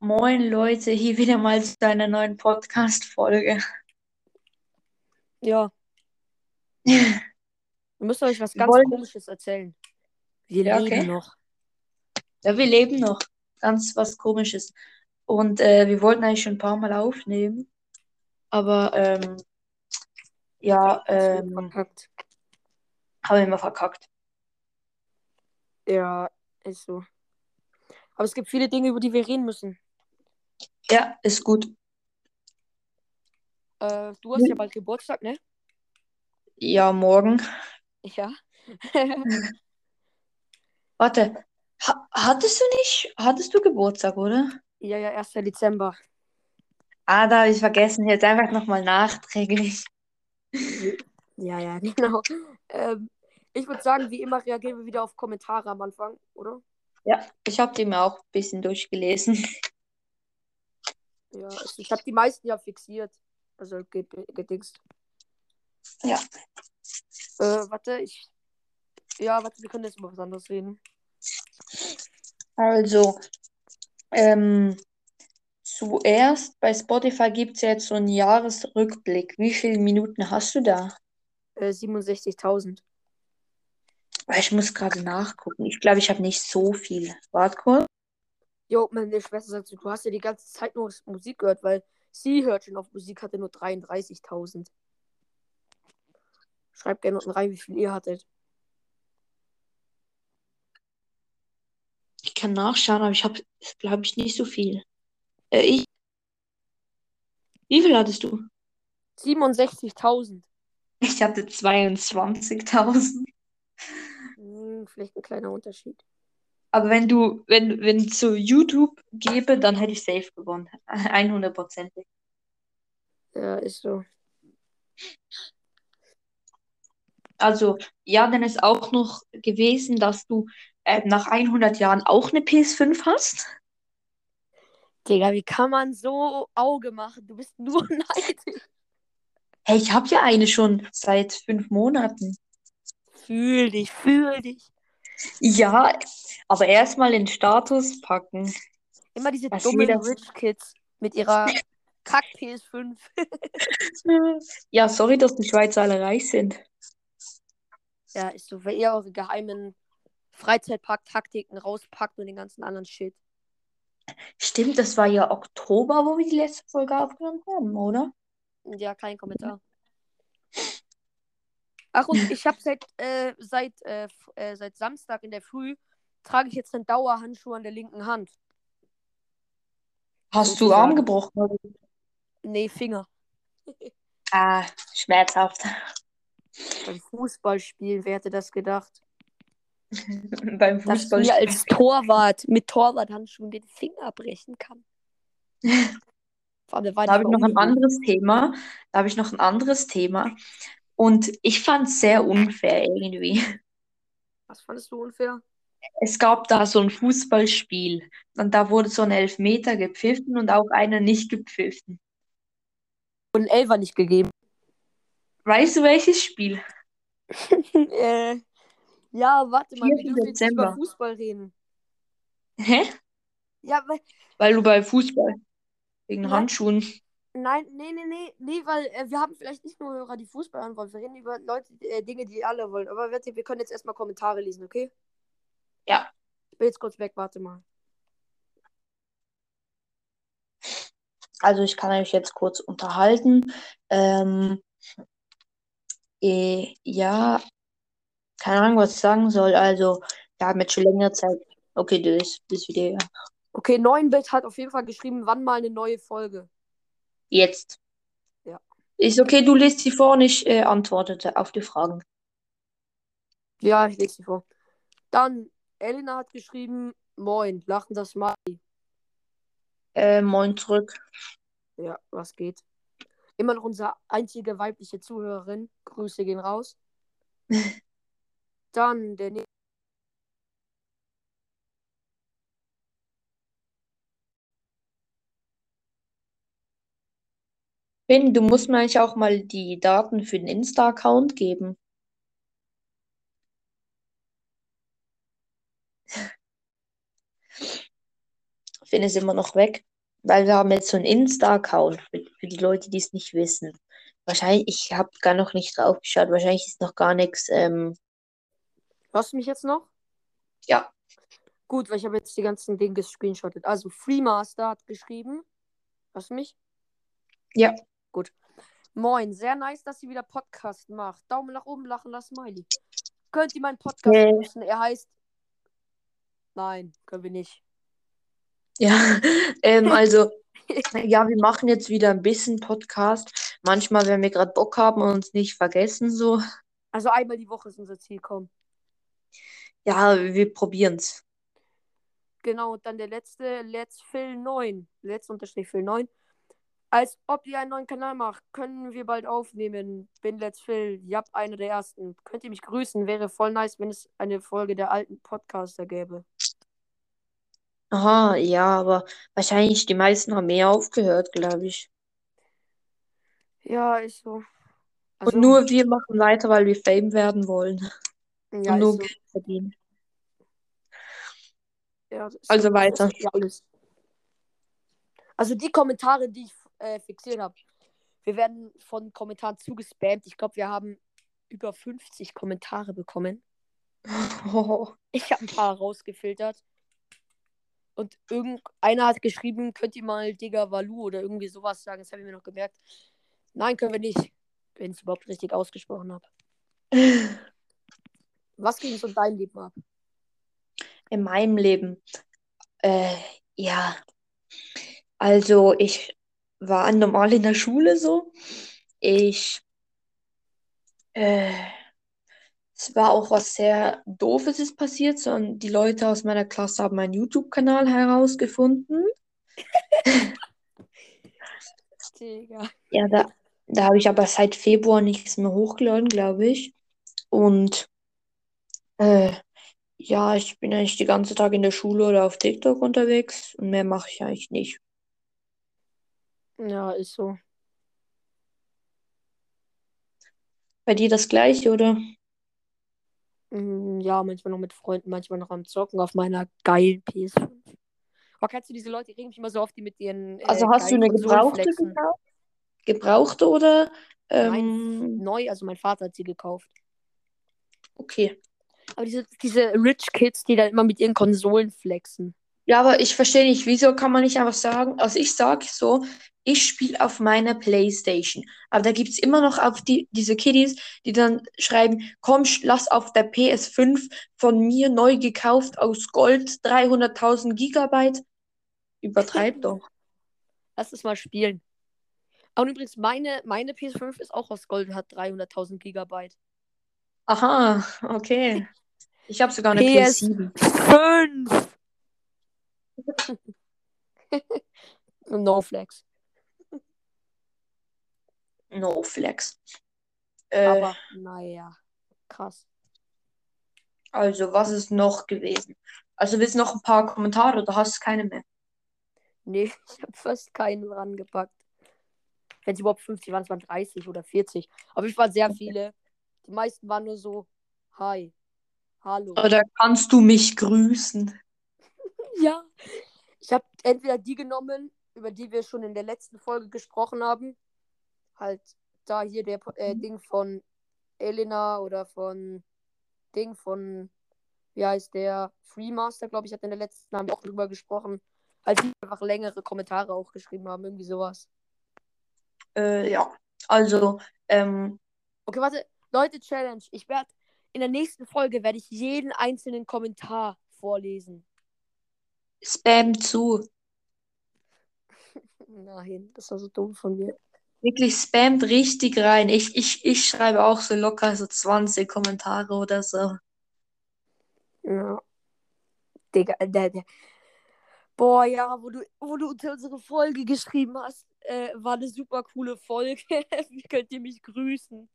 Moin Leute, hier wieder mal zu einer neuen Podcast-Folge. Ja, Wir wir müssen euch was ganz wollen, Komisches erzählen. Wir ja, leben okay. noch. Ja, wir leben noch. Ganz was Komisches. Und wir wollten eigentlich schon ein paar Mal aufnehmen, aber ja, Verkackt. haben wir immer verkackt. Ja, ist so. Aber es gibt viele Dinge, über die wir reden müssen. Ja, ist gut. Du hast ja bald Geburtstag, ne? Ja, morgen. Ja. Warte, hattest du Geburtstag, oder? Ja, ja, 1. Dezember. Ah, da habe ich vergessen. Jetzt einfach nochmal nachträglich. Ja, ja, genau. Ich würde sagen, wie immer reagieren wir wieder auf Kommentare am Anfang, oder? Ja, ich habe die mir auch ein bisschen durchgelesen. Ja, ich habe die meisten ja fixiert. Also gedingst. Ja. Warte, Ja, warte, wir können jetzt über was anderes reden. Also, ähm, zuerst bei Spotify gibt es ja jetzt so einen Jahresrückblick. Wie viele Minuten hast du da? 67.000. Weil ich muss gerade nachgucken. Ich glaube, ich habe nicht so viel. Warte kurz. Jo, meine Schwester sagt so, du hast ja die ganze Zeit nur Musik gehört, weil sie hört schon auf Musik, hatte nur 33.000. Schreibt gerne unten rein, wie viel ihr hattet. Ich kann nachschauen, aber ich habe, glaube ich, nicht so viel. Ich, wie viel hattest du? 67.000. Ich hatte 22.000. Vielleicht ein kleiner Unterschied. Aber wenn zu YouTube gebe, dann hätte ich safe gewonnen. 100%. Ja, ist so. Also, ja, dann ist auch noch gewesen, dass du nach 100 Jahren auch eine PS5 hast. Digga, wie kann man so Auge machen? Du bist nur neidisch. Hey, ich habe ja eine schon seit 5 Monaten. Fühl dich, fühl dich. Ja, aber erstmal den Status packen. Immer diese Was dummen jeder. Rich Kids mit ihrer Kack PS5. Ja, sorry, dass die Schweizer alle reich sind. Ja, ist so, weil ihr eure geheimen Freizeitpark-Taktiken rauspackt und den ganzen anderen Shit. Stimmt, das war ja Oktober, wo wir die letzte Folge aufgenommen haben, oder? Ja, kein Kommentar. Ach, und ich habe seit Samstag in der Früh trage ich jetzt einen Dauerhandschuh an der linken Hand. Hast du Arm Sozusagen. gebrochen? Oder? Nee, Finger. Ah, schmerzhaft. Beim Fußballspielen, wer hätte das gedacht? Beim Dass ich mir Fußballspielen. als Torwart mit Torwarthandschuhen den Finger brechen kann. Vor allem, der war Da nicht habe ich mal noch ein ungewohnt. anderes Thema. Da habe ich noch ein anderes Thema. Und ich fand es sehr unfair irgendwie. Was fandest du unfair? Es gab da so ein Fußballspiel und da wurde so ein Elfmeter gepfiffen und auch einer nicht gepfiffen. Und einen Elfer nicht gegeben. Weißt du welches Spiel? äh, ja, warte mal, wir 4. dürfen jetzt nicht über Dezember. Fußball reden. Hä? Ja, weil, Weil du bei Fußball wegen nein, Handschuhen. nein, nee, weil wir haben vielleicht nicht nur Hörer, die Fußball hören wollen. Wir reden über Leute, Dinge, die alle wollen. Aber warte, wir können jetzt erstmal Kommentare lesen, okay? Ja, Ich bin jetzt kurz weg, warte mal. also ich kann euch jetzt kurz unterhalten. Ähm, ja, keine Ahnung, was ich sagen soll. Also, wir haben jetzt schon längere Zeit. Okay, das Video. Okay, 9-Bit hat auf jeden Fall geschrieben, wann mal eine neue Folge. Jetzt. Ja. Ist okay, du liest sie vor und ich antwortete auf die Fragen. Ja, ich lese sie vor. Dann, Elena hat geschrieben, moin, lachender Smiley. Moin zurück. Ja, was geht? Immer noch unsere einzige weibliche Zuhörerin. Grüße gehen raus. Dann, der nächste. Finn, du musst mir eigentlich auch mal die Daten für den Insta-Account geben. Finn ist immer noch weg. Weil wir haben jetzt so einen Insta-Account für die Leute, die es nicht wissen. Wahrscheinlich, ich habe gar noch nicht drauf geschaut, wahrscheinlich ist noch gar nichts, Hörst du mich jetzt noch? ja. Gut, weil ich habe jetzt die ganzen Dinge gescreenshottet. Also, Freemaster hat geschrieben. Hörst du mich? Ja. Gut. Moin, sehr nice, dass ihr wieder Podcast macht. Daumen nach oben, lachen, das Smiley. Könnt ihr meinen Podcast Äh, grüßen? Er heißt. Nein, können wir nicht. ja, also, ja, wir machen jetzt wieder ein bisschen Podcast. Manchmal, wenn wir gerade Bock haben und uns nicht vergessen, so. Also einmal die Woche ist unser Ziel, komm. Ja, wir probieren's. Genau, und dann der letzte, Let's Phil 9. Let's Unterstrich Phil 9. Als ob ihr einen neuen Kanal macht, können wir bald aufnehmen. Bin Let's Phil, ihr habt einer der ersten. Könnt ihr mich grüßen? Wäre voll nice, wenn es eine Folge der alten Podcaster gäbe. Aha, ja, aber wahrscheinlich die meisten haben mehr aufgehört, glaube ich. Ja, ist so. Und Also, nur wir machen weiter, weil wir Fame werden wollen ja, und ist nur so. Geld verdienen. Ja, ist so. Also Das weiter. ist ja alles. Also die Kommentare, die ich fixiert habe. Wir werden von Kommentaren zugespammt. Ich glaube, wir haben über 50 Kommentare bekommen. Oh. Ich habe ein paar rausgefiltert. Und irgendeiner hat geschrieben, könnt ihr mal Digga Valu oder irgendwie sowas sagen. Das habe ich mir noch gemerkt. Nein, können wir nicht. Wenn ich es überhaupt richtig ausgesprochen habe. Was ging so in deinem Leben ab? In meinem Leben. Äh, ja, also ich war normal in der Schule so. Ich, äh, es war auch was sehr Doofes ist passiert, sondern die Leute aus meiner Klasse haben meinen YouTube-Kanal herausgefunden. Digga. Ja, da habe ich aber seit Februar nichts mehr hochgeladen, glaube ich. Und äh, ja, ich bin eigentlich die ganze Tag in der Schule oder auf TikTok unterwegs und mehr mache ich eigentlich nicht. Ja, ist so. Bei dir das gleiche, oder? Ja, manchmal noch mit Freunden, manchmal noch am Zocken auf meiner geilen PS5. Aber kennst du diese Leute, die regen mich immer so auf, die mit ihren Also hast du geilen eine Konsolen gebrauchte flexen? gekauft? Gebrauchte oder? Nein, Ähm, neu, also mein Vater hat sie gekauft. okay. Aber diese Rich Kids, die dann immer mit ihren Konsolen flexen. Ja, aber ich verstehe nicht, wieso kann man nicht einfach sagen, also ich sage so, ich spiele auf meiner PlayStation. Aber da gibt es immer noch auf diese Kiddies, die dann schreiben, komm, lass auf der PS5 von mir neu gekauft aus Gold 300.000 Gigabyte. Übertreib doch. Lass es mal spielen. Und übrigens, meine PS5 ist auch aus Gold und hat 300.000 Gigabyte. Aha, okay. Ich habe sogar eine PS7. PS5! No Flex. No flex. Aber naja, krass. Also, was ist noch gewesen? Also, willst du noch ein paar Kommentare oder hast du keine mehr? Nee, ich habe fast keinen rangepackt. Wenn es überhaupt 50 waren, es waren 30 oder 40. Aber ich waren sehr viele. Die meisten waren nur so, hi, hallo. Oder kannst du mich grüßen? Ja. Ich habe entweder die genommen, über die wir schon in der letzten Folge gesprochen haben. Halt da hier der Ding von Elena oder von Ding von, wie heißt der? Freemaster, glaube ich, hat in der letzten haben wir auch drüber gesprochen. Als die einfach längere Kommentare auch geschrieben haben, irgendwie sowas. Ja. Also, Okay, warte. Leute, Challenge. In der nächsten Folge werde ich jeden einzelnen Kommentar vorlesen. Spam zu. Nein, das war so dumm von mir. Wirklich spammt richtig rein. Ich schreibe auch so locker so 20 Kommentare oder so. Ja, Digga, boah, ja, wo du unter unsere Folge geschrieben hast, war eine super coole Folge. Wie könnt ihr mich grüßen?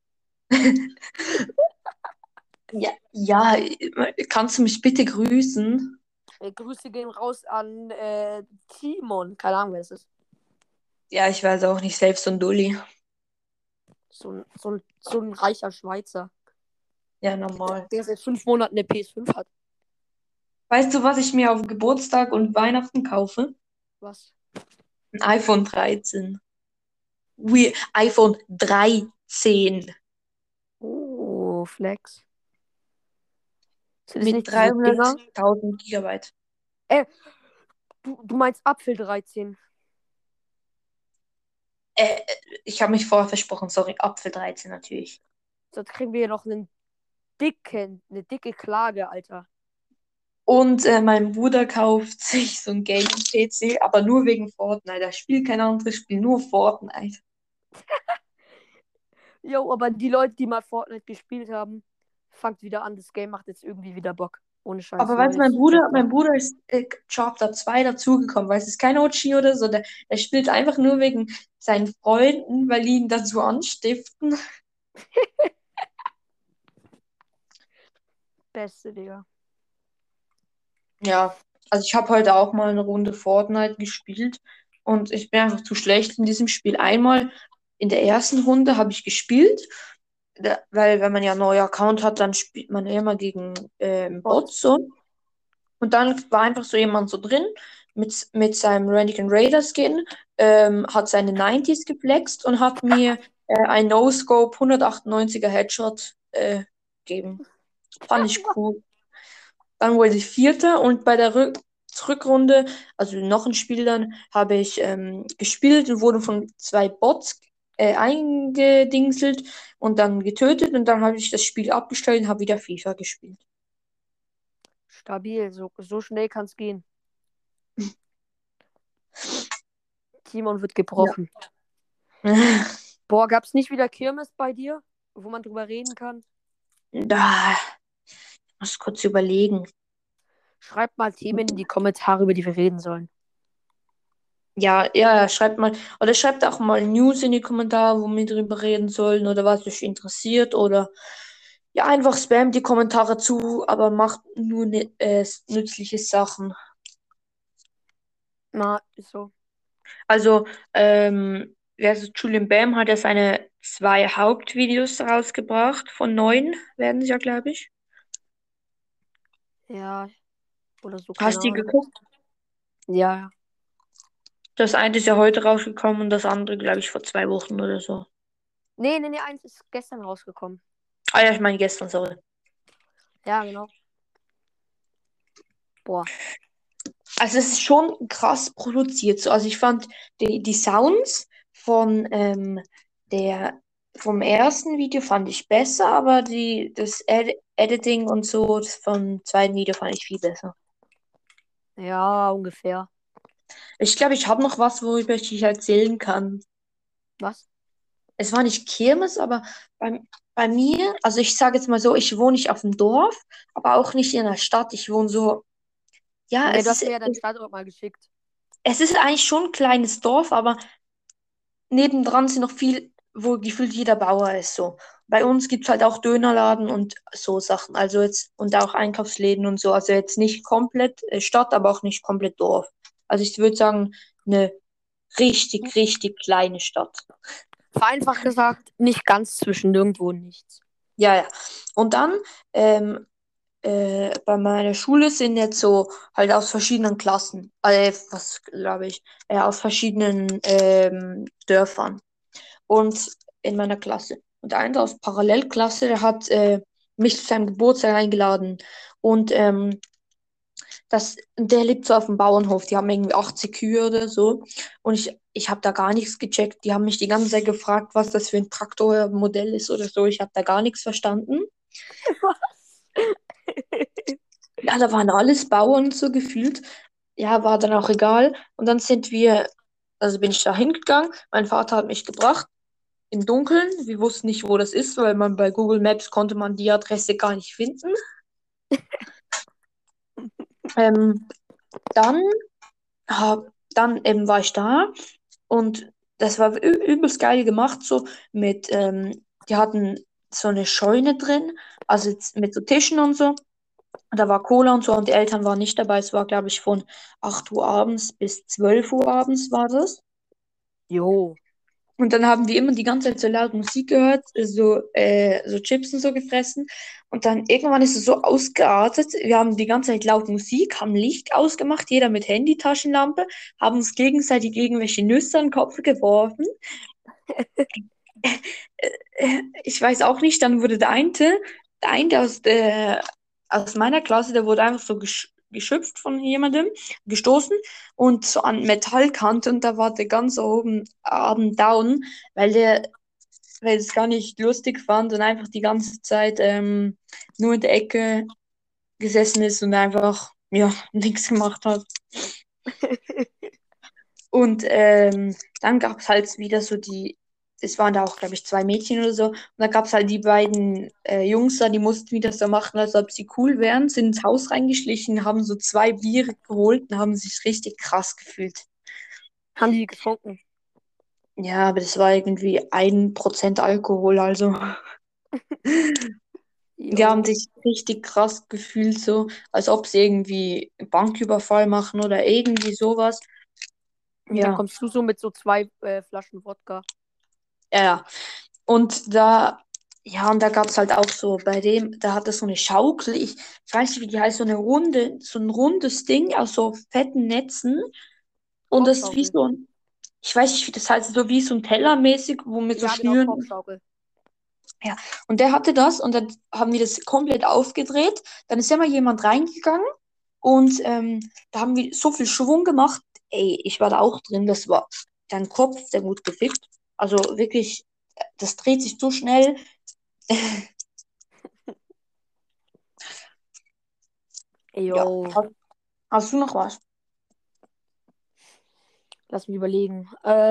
Ja, ja, kannst du mich bitte grüßen? Grüße gehen raus an Timon. Keine Ahnung, wer das ist. Ja, ich weiß auch nicht, selbst so ein Dulli. So ein reicher Schweizer, Ja, normal. der seit 5 Monaten eine PS5 hat. Weißt du, was ich mir auf Geburtstag und Weihnachten kaufe? Was? Ein iPhone 13. iPhone 13 Oh, Flex. Sind es mit nicht diese Dinger? 300.000 Gigabyte. Äh, du meinst Apfel 13. Äh, ich habe mich vorher versprochen, sorry, Apfel 13 natürlich. Sonst kriegen wir ja noch eine dicke Klage, Alter. Und mein Bruder kauft sich so ein Gaming-PC, aber nur wegen Fortnite. Er spielt kein anderes Spiel, nur Fortnite. Jo, aber die Leute, die mal Fortnite gespielt haben, fangt wieder an. Das Game macht jetzt irgendwie wieder Bock. Ohne Scheiß, Aber weißt du, mein neues Bruder, Chapter. mein Bruder ist Chapter 2 dazugekommen, weil es ist kein OG oder so. Der spielt einfach nur wegen seinen Freunden, weil die ihn dazu anstiften. Beste, Digga. Ja, also ich habe heute auch mal eine Runde Fortnite gespielt und ich bin einfach zu schlecht in diesem Spiel. Einmal in der ersten Runde habe ich gespielt, weil wenn man ja einen neuen Account hat, dann spielt man ja immer gegen Bot. Bots so. Und dann war einfach so jemand so drin mit seinem Renegade Raider Skin, hat seine 90s geflext und hat mir ein No-Scope 198er Headshot gegeben. Fand ich cool. Dann wurde ich Vierter und bei der Rückrunde, also noch ein Spiel dann, habe ich gespielt und wurde von zwei Bots eingedingselt und dann getötet und dann habe ich das Spiel abgestellt und habe wieder FIFA gespielt. Stabil, so schnell kann's gehen. Timon wird Ja. gebrochen. Boah, gab's nicht wieder Kirmes bei dir, wo man drüber reden kann? Da muss kurz überlegen. Schreibt mal Themen in die Kommentare, über die wir reden sollen. Ja, ja, schreibt mal, oder schreibt auch mal News in die Kommentare, wo wir drüber reden sollen oder was euch interessiert oder ja, einfach spamt die Kommentare zu, aber macht nur nützliche Sachen. Na, ist so. Also, wer so Julian Bam hat ja seine zwei Hauptvideos rausgebracht, von 9 werden sie ja, glaube ich. Ja, oder so, keine Hast du die Ahnung. geguckt? Ja, ja. Das eine ist ja heute rausgekommen und das andere, glaube ich, vor 2 Wochen oder so. Nee, eins ist gestern rausgekommen. Ah ja, ich meine gestern, sorry. Ja, genau. Boah. Also es ist schon krass produziert. So. Also ich fand die Sounds der, vom ersten Video fand ich besser, aber das Editing und so vom zweiten Video fand ich viel besser. Ja, ungefähr. Ich glaube, ich habe noch was, worüber ich dich erzählen kann. Was? Es war nicht Kirmes, aber bei mir, also ich sage jetzt mal so, ich wohne nicht auf dem Dorf, aber auch nicht in der Stadt. Ich wohne so, ja, Ne, du hast mir ja deinen Standort mal geschickt. es ist eigentlich schon ein kleines Dorf, aber nebendran sind noch viel, wo gefühlt jeder Bauer ist so. Bei uns gibt es halt auch Dönerladen und so Sachen. Also jetzt, und auch Einkaufsläden und so. Also jetzt nicht komplett Stadt, aber auch nicht komplett Dorf. Also ich würde sagen, eine richtig, richtig kleine Stadt. Vereinfacht gesagt, nicht ganz zwischen nirgendwo und nichts. Ja, ja. Und dann, bei meiner Schule sind jetzt so halt aus verschiedenen Klassen, was glaube ich, aus verschiedenen Dörfern. Und in meiner Klasse. Und einer aus Parallelklasse, der hat mich zu seinem Geburtstag eingeladen. Und der lebt so auf dem Bauernhof. Die haben irgendwie 80 Kühe oder so. Und ich habe da gar nichts gecheckt. Die haben mich die ganze Zeit gefragt, was das für ein Traktormodell ist oder so. Ich habe da gar nichts verstanden. Ja, da waren alles Bauern so gefühlt. Ja, war dann auch egal. Und dann also bin ich da hingegangen. Mein Vater hat mich gebracht. Im Dunkeln. Wir wussten nicht, wo das ist, weil man bei Google Maps konnte man die Adresse gar nicht finden. Ähm, dann, dann eben war ich da und das war übelst geil gemacht, so die hatten so eine Scheune drin, also jetzt mit so Tischen und so. Da war Cola und so und die Eltern waren nicht dabei. Es war, glaube ich, von 8 Uhr abends bis 12 Uhr abends war das. Jo. Und dann haben wir immer die ganze Zeit so laut Musik gehört, so Chips und so gefressen. Und dann irgendwann ist es so ausgeartet. Wir haben die ganze Zeit laut Musik, haben Licht ausgemacht, jeder mit Handy-Taschenlampe, haben uns gegenseitig irgendwelche Nüsse an den Kopf geworfen. Ich weiß auch nicht, dann wurde der eine aus meiner Klasse, der wurde einfach so geschöpft von jemandem, gestoßen und so an Metallkante und da war der ganz oben Abend down, weil es gar nicht lustig fand und einfach die ganze Zeit nur in der Ecke gesessen ist und einfach, ja, nichts gemacht hat. Und dann gab es halt wieder es waren da auch, glaube ich, zwei Mädchen oder so. Und dann gab es halt die beiden Jungs da, die mussten wieder so machen, als ob sie cool wären, sind ins Haus reingeschlichen, haben so zwei Biere geholt und haben sich richtig krass gefühlt. Haben die getrunken? Ja, aber das war irgendwie 1% Alkohol, also die haben Jo. sich richtig krass gefühlt, so als ob sie irgendwie einen Banküberfall machen oder irgendwie sowas. Und dann Ja, kommst du so mit so zwei Flaschen Wodka. ja. Und da gab es halt auch so, da hat es so eine Schaukel, ich weiß nicht, wie die heißt, so ein rundes Ding aus so fetten Netzen. Und das ist wie Popschaukel. so ich weiß nicht, wie das heißt, so wie so ein Teller mäßig, wo mit so Ja, genau, Schnüren. Popschaukel. Ja, und der hatte das und dann haben wir das komplett aufgedreht. Dann ist ja mal jemand reingegangen und da haben wir so viel Schwung gemacht. Ey, ich war da auch drin, das war dein Kopf, der gut gefickt. Also wirklich, das dreht sich so schnell. Ja. Jo. Hast du noch was? Lass mich überlegen.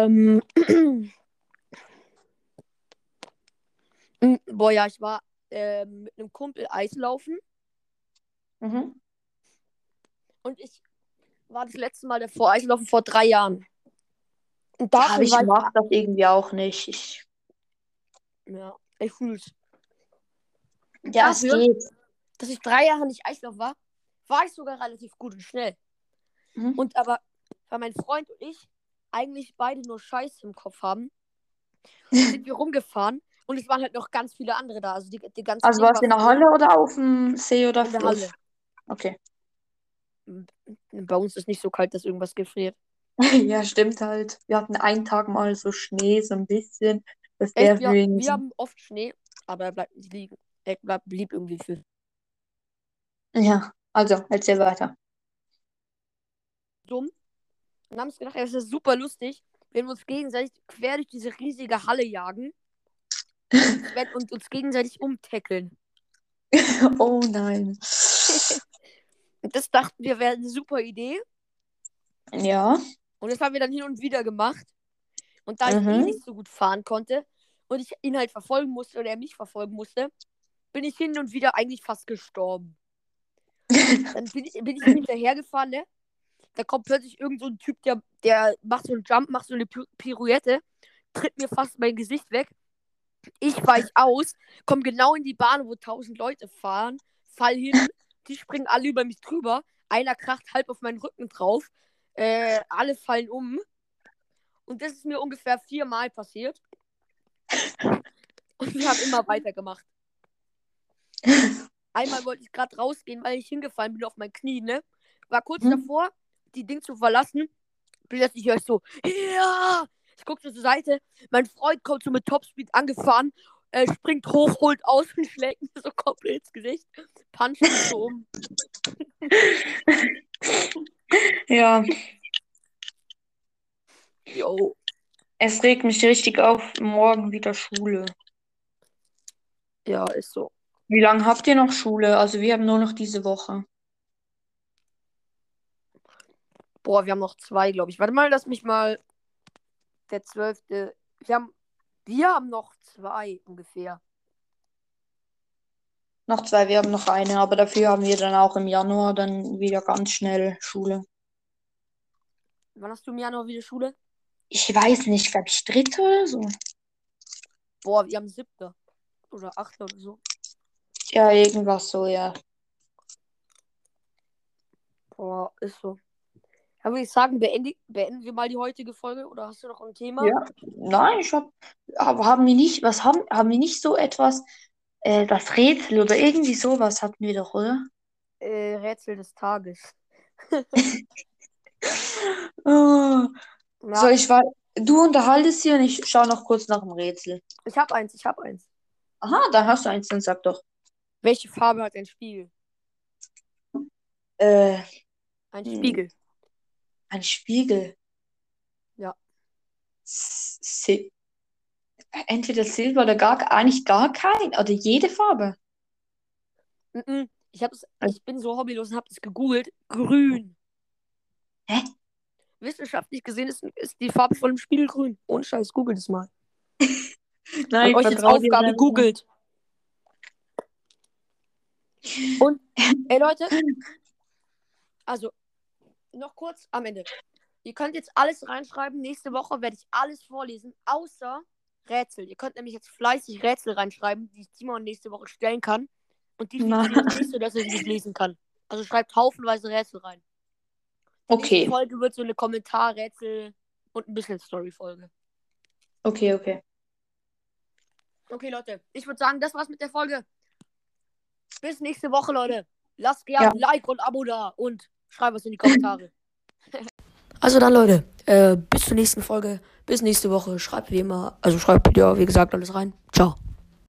Boah, ja, ich war mit einem Kumpel Eislaufen Mhm. und ich war das letzte Mal davor Eislaufen vor 3 Jahren. Und Ja, aber dafür ich war ich, mag das irgendwie auch nicht. ja, ich fühl's. Und Ja, es dafür, geht. dass ich 3 Jahre nicht Eislauf war, war ich sogar relativ gut und schnell. Mhm. Und aber, weil mein Freund und ich eigentlich beide nur Scheiße im Kopf haben, sind wir rumgefahren und es waren halt noch ganz viele andere da. Also die ganze Also Ding warst war du in der voll Halle oder auf dem See oder in der Fluss? Halle. Okay. Bei uns ist nicht so kalt, dass irgendwas gefriert. Ja, stimmt halt. Wir hatten einen Tag mal so Schnee, so ein bisschen. Das Echt, wäre für wir ihn. haben oft Schnee, aber er bleibt nicht liegen. Blieb irgendwie für Ja, also, erzähl weiter. dumm. Und haben uns gedacht, es ist super lustig, wenn wir uns gegenseitig quer durch diese riesige Halle jagen und uns gegenseitig umtackeln. Oh nein. Und das dachten wir wäre eine super Idee. Ja. Und das haben wir dann hin und wieder gemacht. Und da ich eh Mhm. nicht so gut fahren konnte und ich ihn halt verfolgen musste oder er mich verfolgen musste, bin ich hin und wieder eigentlich fast gestorben. Dann bin ich ihm hinterhergefahren, ne? Da kommt plötzlich irgend so ein Typ, der macht so einen Jump, macht so eine Pirouette, tritt mir fast mein Gesicht weg. Ich weich aus, komme genau in die Bahn, wo 1000 Leute fahren, fall hin, die springen alle über mich drüber, einer kracht halb auf meinen Rücken drauf, alle fallen um. Und das ist mir ungefähr 4-mal passiert. Und wir haben immer weitergemacht. Einmal wollte ich gerade rausgehen, weil ich hingefallen bin auf mein Knie, ne? War kurz Mhm. davor, die Ding zu verlassen. Plötzlich höre ich so, ja! Ich gucke zur Seite, mein Freund kommt so mit Topspeed angefahren, springt hoch, holt aus und schlägt mir so komplett ins Gesicht, puncht mich so um. Ja, Jo. es regt mich richtig auf, morgen wieder Schule. Ja, ist so. Wie lange habt ihr noch Schule? Also wir haben nur noch diese Woche. Boah, wir haben noch 2, glaube ich. Warte mal, lass mich mal. Der 12. Wir haben noch 2 ungefähr. Noch zwei, wir haben noch eine, aber dafür haben wir dann auch im Januar dann wieder ganz schnell Schule. Wann hast du im Januar wieder Schule? Ich weiß nicht, glaube ich, dritte oder so. Boah, wir haben 7. Oder 8. oder so. Ja, irgendwas so, ja. Boah, ist so. Ja, Dann würde ich sagen, beenden wir mal die heutige Folge. Oder hast du noch ein Thema? Ja. Nein, aber haben wir nicht so etwas, das Rätsel oder irgendwie sowas hatten wir doch, oder? Rätsel des Tages. Oh, so, Ja, du unterhaltest hier und ich schaue noch kurz nach dem Rätsel. ich hab eins. Aha, dann hast du eins, dann sag doch. Welche Farbe hat ein Spiegel? Äh, Ein hm, Spiegel. ein Spiegel. Ja. Si Entweder Silber oder eigentlich gar kein, oder jede Farbe. Mhm. Ich bin so hobbylos und habe das gegoogelt. Grün. Hä? Wissenschaftlich gesehen ist die Farbe von dem Spiegel grün. Ohne Scheiß, googelt es mal. An Nein, ich euch jetzt vertraue dir Aufgabe, einfach nicht. googelt. Und, ey Leute, also noch kurz am Ende. Ihr könnt jetzt alles reinschreiben. Nächste Woche werde ich alles vorlesen, außer Rätsel. Ihr könnt nämlich jetzt fleißig Rätsel reinschreiben, die Timon nächste Woche stellen kann. Und die Na, fixieren es nicht so, dass er sie nicht lesen kann. Also schreibt haufenweise Rätsel rein. Die nächste okay, Folge wird so eine Kommentar-Rätsel und ein bisschen Story-Folge. okay, okay. Okay, Leute, ich würde sagen, das war's mit der Folge. Bis nächste Woche, Leute. Lasst Ja, gerne ein Like und Abo da und schreibt was in die Kommentare. Also dann, Leute, bis zur nächsten Folge. Bis nächste Woche. Schreibt wie immer, also schreibt ja, wie gesagt, alles rein. Ciao.